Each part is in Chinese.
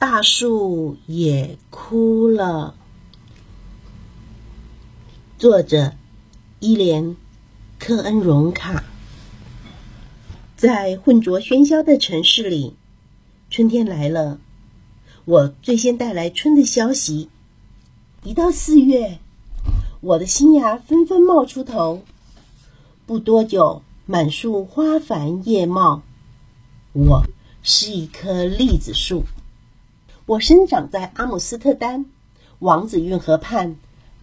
大树也哭了。作者伊莲·科恩荣卡。在混浊喧嚣的城市里，春天来了，我最先带来春的消息。一到4月，我的新芽纷纷冒出头，不多久，满树花繁叶茂。我是一棵栗子树，我生长在阿姆斯特丹王子运河畔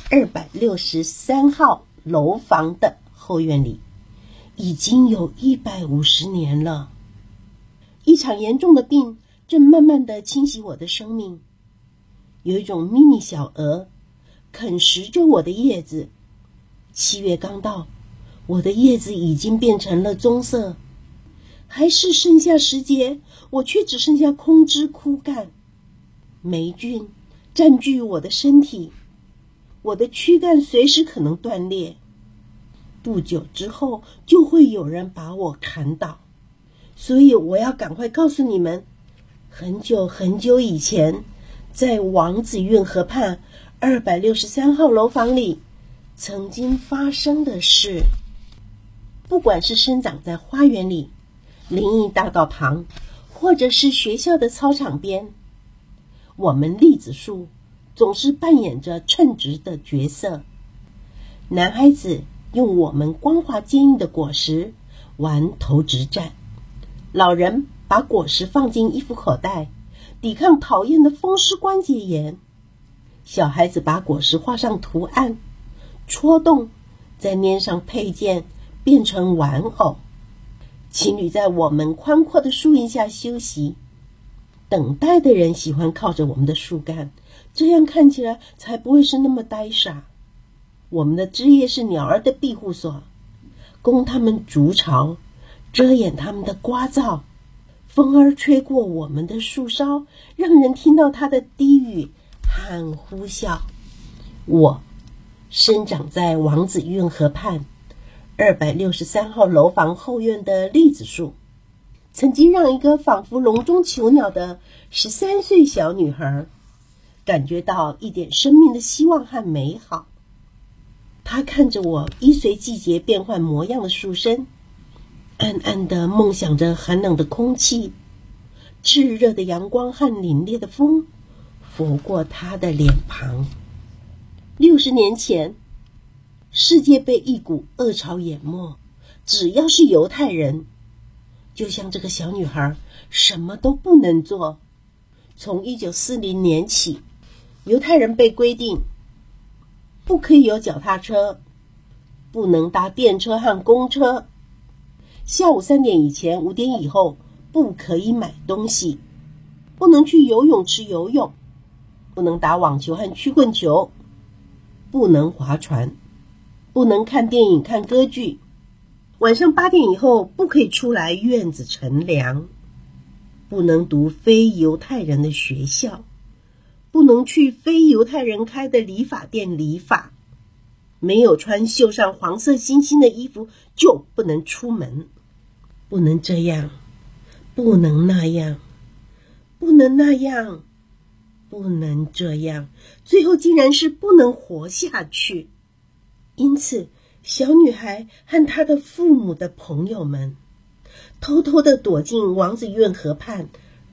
263号楼房的后院里，已经有150年了。一场严重的病正慢慢地侵袭我的生命，有一种迷你小蛾啃食着我的叶子。7月刚到，我的叶子已经变成了棕色，还是剩下10节，我却只剩下空枝枯干。霉菌占据我的身体，我的躯干随时可能断裂。不久之后就会有人把我砍倒，所以我要赶快告诉你们，很久很久以前，在王子运河畔263号楼房里曾经发生的事。不管是生长在花园里、林荫大道旁，或者是学校的操场边，我们栗子树总是扮演着称职的角色。男孩子用我们光滑坚硬的果实玩投掷战，老人把果实放进衣服口袋，抵抗讨厌的风湿关节炎。小孩子把果实画上图案，戳洞，再粘上配件，变成玩偶。情侣在我们宽阔的树荫下休息，等待的人喜欢靠着我们的树干，这样看起来才不会是那么呆傻。我们的枝叶是鸟儿的庇护所，供它们筑巢，遮掩它们的聒噪。风儿吹过我们的树梢，让人听到它的低语和呼啸。我生长在王子运河畔263号楼房后院的栗子树，曾经让一个仿佛笼中囚鸟的13岁小女孩感觉到一点生命的希望和美好。她看着我依随季节变换模样的树身，暗暗地梦想着寒冷的空气、炙热的阳光和凛冽的风拂过她的脸庞。60年前，世界被一股恶潮淹没，只要是犹太人，就像这个小女孩，什么都不能做。从1940年起，犹太人被规定不可以有脚踏车，不能搭电车和公车，下午3点以前、5点以后不可以买东西，不能去游泳池游泳，不能打网球和曲棍球，不能划船，不能看电影、看歌剧，晚上8点以后不可以出来院子乘凉，不能读非犹太人的学校，不能去非犹太人开的理发店理发，没有穿绣上黄色星星的衣服就不能出门，不能这样，不能那样，不能那样，不能这样，最后竟然是不能活下去。因此，小女孩和她的父母的朋友们偷偷地躲进王子运河畔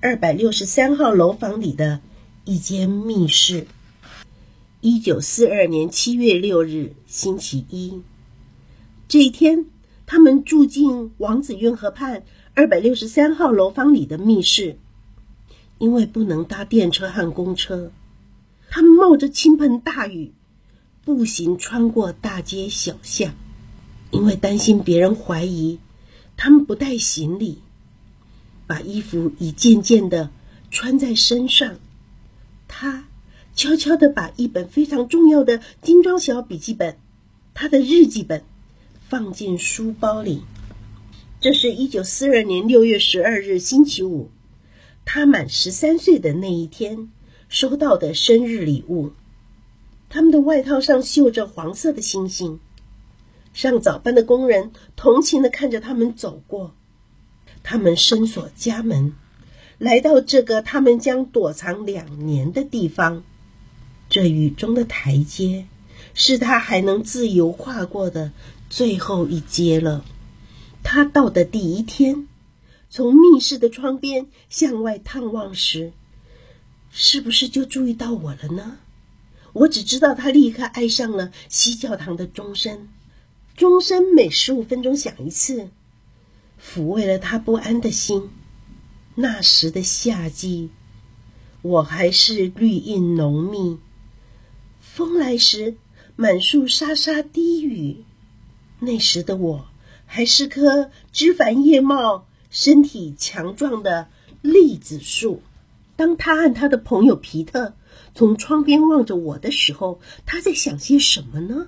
263号楼房里的一间密室。1942年7月6日，星期一。这一天，他们住进王子运河畔263号楼房里的密室。因为不能搭电车和公车，他们冒着倾盆大雨，步行穿过大街小巷。因为担心别人怀疑，他们不带行李，把衣服一件件的穿在身上。他悄悄地把一本非常重要的精装小笔记本，他的日记本，放进书包里。这是1942年6月12日星期五，他满13岁的那一天收到的生日礼物。他们的外套上绣着黄色的星星。上早班的工人同情地看着他们走过。他们深锁家门， 来到这个他们将躲藏2年的地方。这雨中的台阶是他还能自由跨过的最后一阶了。他到的第一天，从密室的窗边向外探望时，是不是就注意到我了呢？我只知道他立刻爱上了西教堂的钟声，钟声每15分钟响一次，抚慰了他不安的心。那时的夏季，我还是绿荫浓密，风来时满树沙沙滴雨。那时的我还是棵枝繁叶茂、身体强壮的栗子树。当他和他的朋友皮特从窗边望着我的时候，他在想些什么呢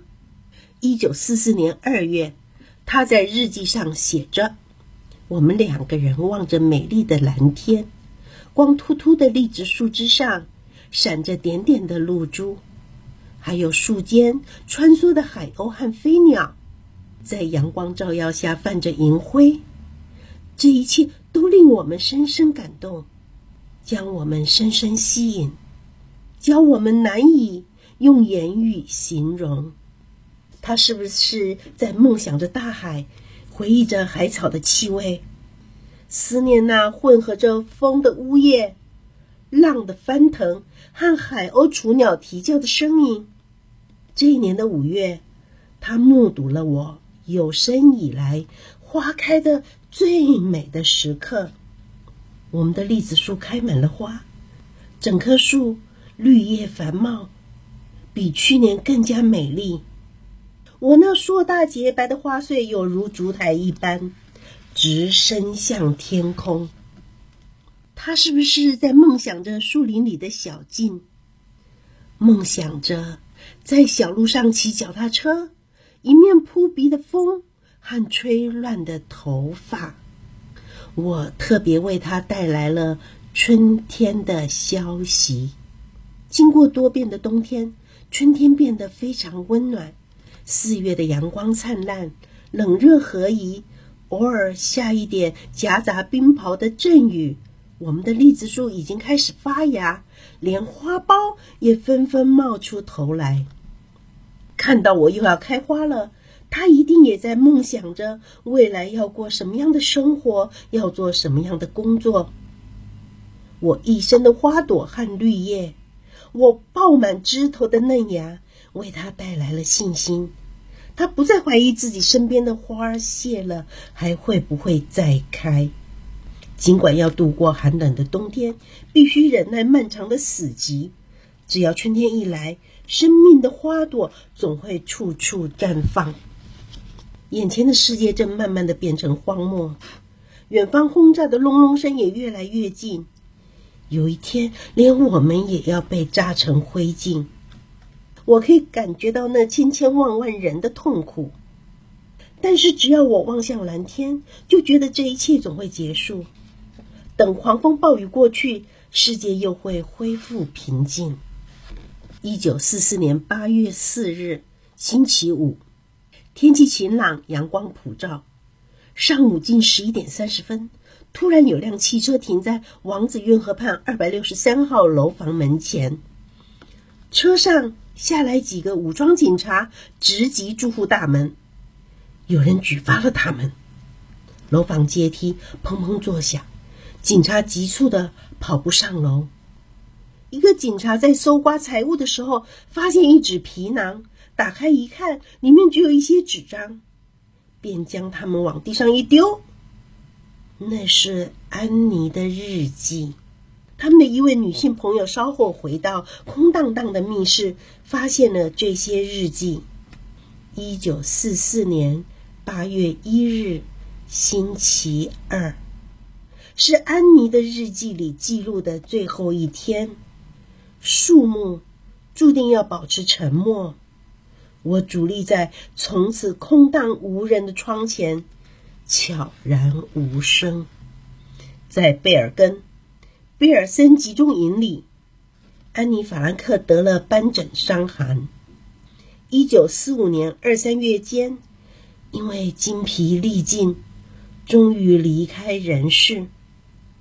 ？1944年2月，他在日记上写着：我们2个人望着美丽的蓝天，光秃秃的栗子树枝上闪着点点的露珠，还有树间穿梭的海鸥和飞鸟，在阳光照耀下泛着银辉。这一切都令我们深深感动，将我们深深吸引，教我们难以用言语形容。他是不是在梦想着大海，回忆着海草的气味，思念那混合着风的呜咽、浪的翻腾和海鸥雏鸟啼叫的声音？这一年的5月，他目睹了我有生以来花开的最美的时刻。我们的栗子树开满了花，整棵树绿叶繁茂，比去年更加美丽。我那硕大洁白的花穗有如烛台一般，直伸向天空。他是不是在梦想着树林里的小径，梦想着在小路上骑脚踏车，一面扑鼻的风和吹乱的头发？我特别为他带来了春天的消息。经过多变的冬天，春天变得非常温暖。4月的阳光灿烂，冷热合宜，偶尔下一点夹杂冰雹的阵雨。我们的栗子树已经开始发芽，连花苞也纷纷冒出头来。看到我又要开花了，他一定也在梦想着未来要过什么样的生活，要做什么样的工作。我一身的花朵和绿叶，我爆满枝头的嫩芽，为他带来了信心。他不再怀疑自己身边的花谢了还会不会再开。尽管要度过寒冷的冬天，必须忍耐漫长的死寂，只要春天一来，生命的花朵总会处处绽放。眼前的世界正慢慢地变成荒漠，远方轰炸的隆隆声也越来越近。有一天，连我们也要被炸成灰烬。我可以感觉到那千千万万人的痛苦，但是只要我望向蓝天，就觉得这一切总会结束。等狂风暴雨过去，世界又会恢复平静。1944年8月4日，星期五，天气晴朗，阳光普照。上午近11点30分，突然有辆汽车停在王子运河畔263号楼房门前。车上下来几个武装警察，直击住户大门。有人举发了他们。楼房阶梯砰砰作响，警察急促地跑步上楼。一个警察在搜刮财物的时候，发现一纸皮囊，打开一看，里面只有一些纸张，便将它们往地上一丢。那是安妮的日记。他们的一位女性朋友稍后回到空荡荡的密室，发现了这些日记。1944年8月1日，星期二，是安妮的日记里记录的最后一天。树木注定要保持沉默。我伫立在从此空荡无人的窗前，悄然无声。在贝尔森集中营里，安妮·法兰克得了斑疹伤寒。1945年2、3月间，因为精疲力尽，终于离开人世。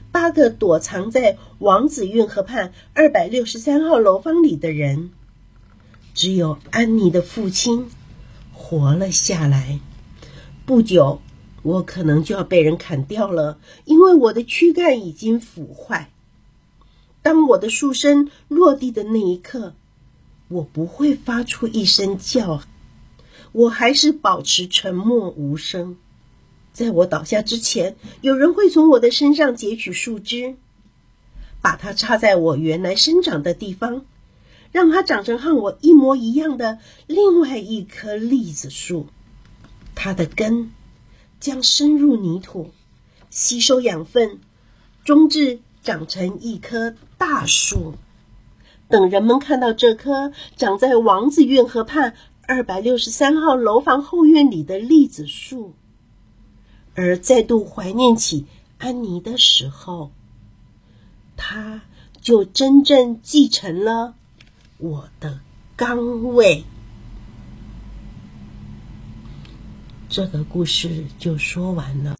8个躲藏在王子运河畔263号楼房里的人，只有安妮的父亲活了下来。不久，我可能就要被人砍掉了，因为我的躯干已经腐坏。当我的树身落地的那一刻，我不会发出一声叫喊，我还是保持沉默无声。在我倒下之前，有人会从我的身上截取树枝，把它插在我原来生长的地方，让它长成和我一模一样的另外一棵栗子树。它的根将深入泥土，吸收养分，终至长成一棵大树。等人们看到这棵长在王子运河畔263号楼房后院里的栗子树，而再度怀念起安妮的时候，他就真正继承了我的岗位。这个故事就说完了。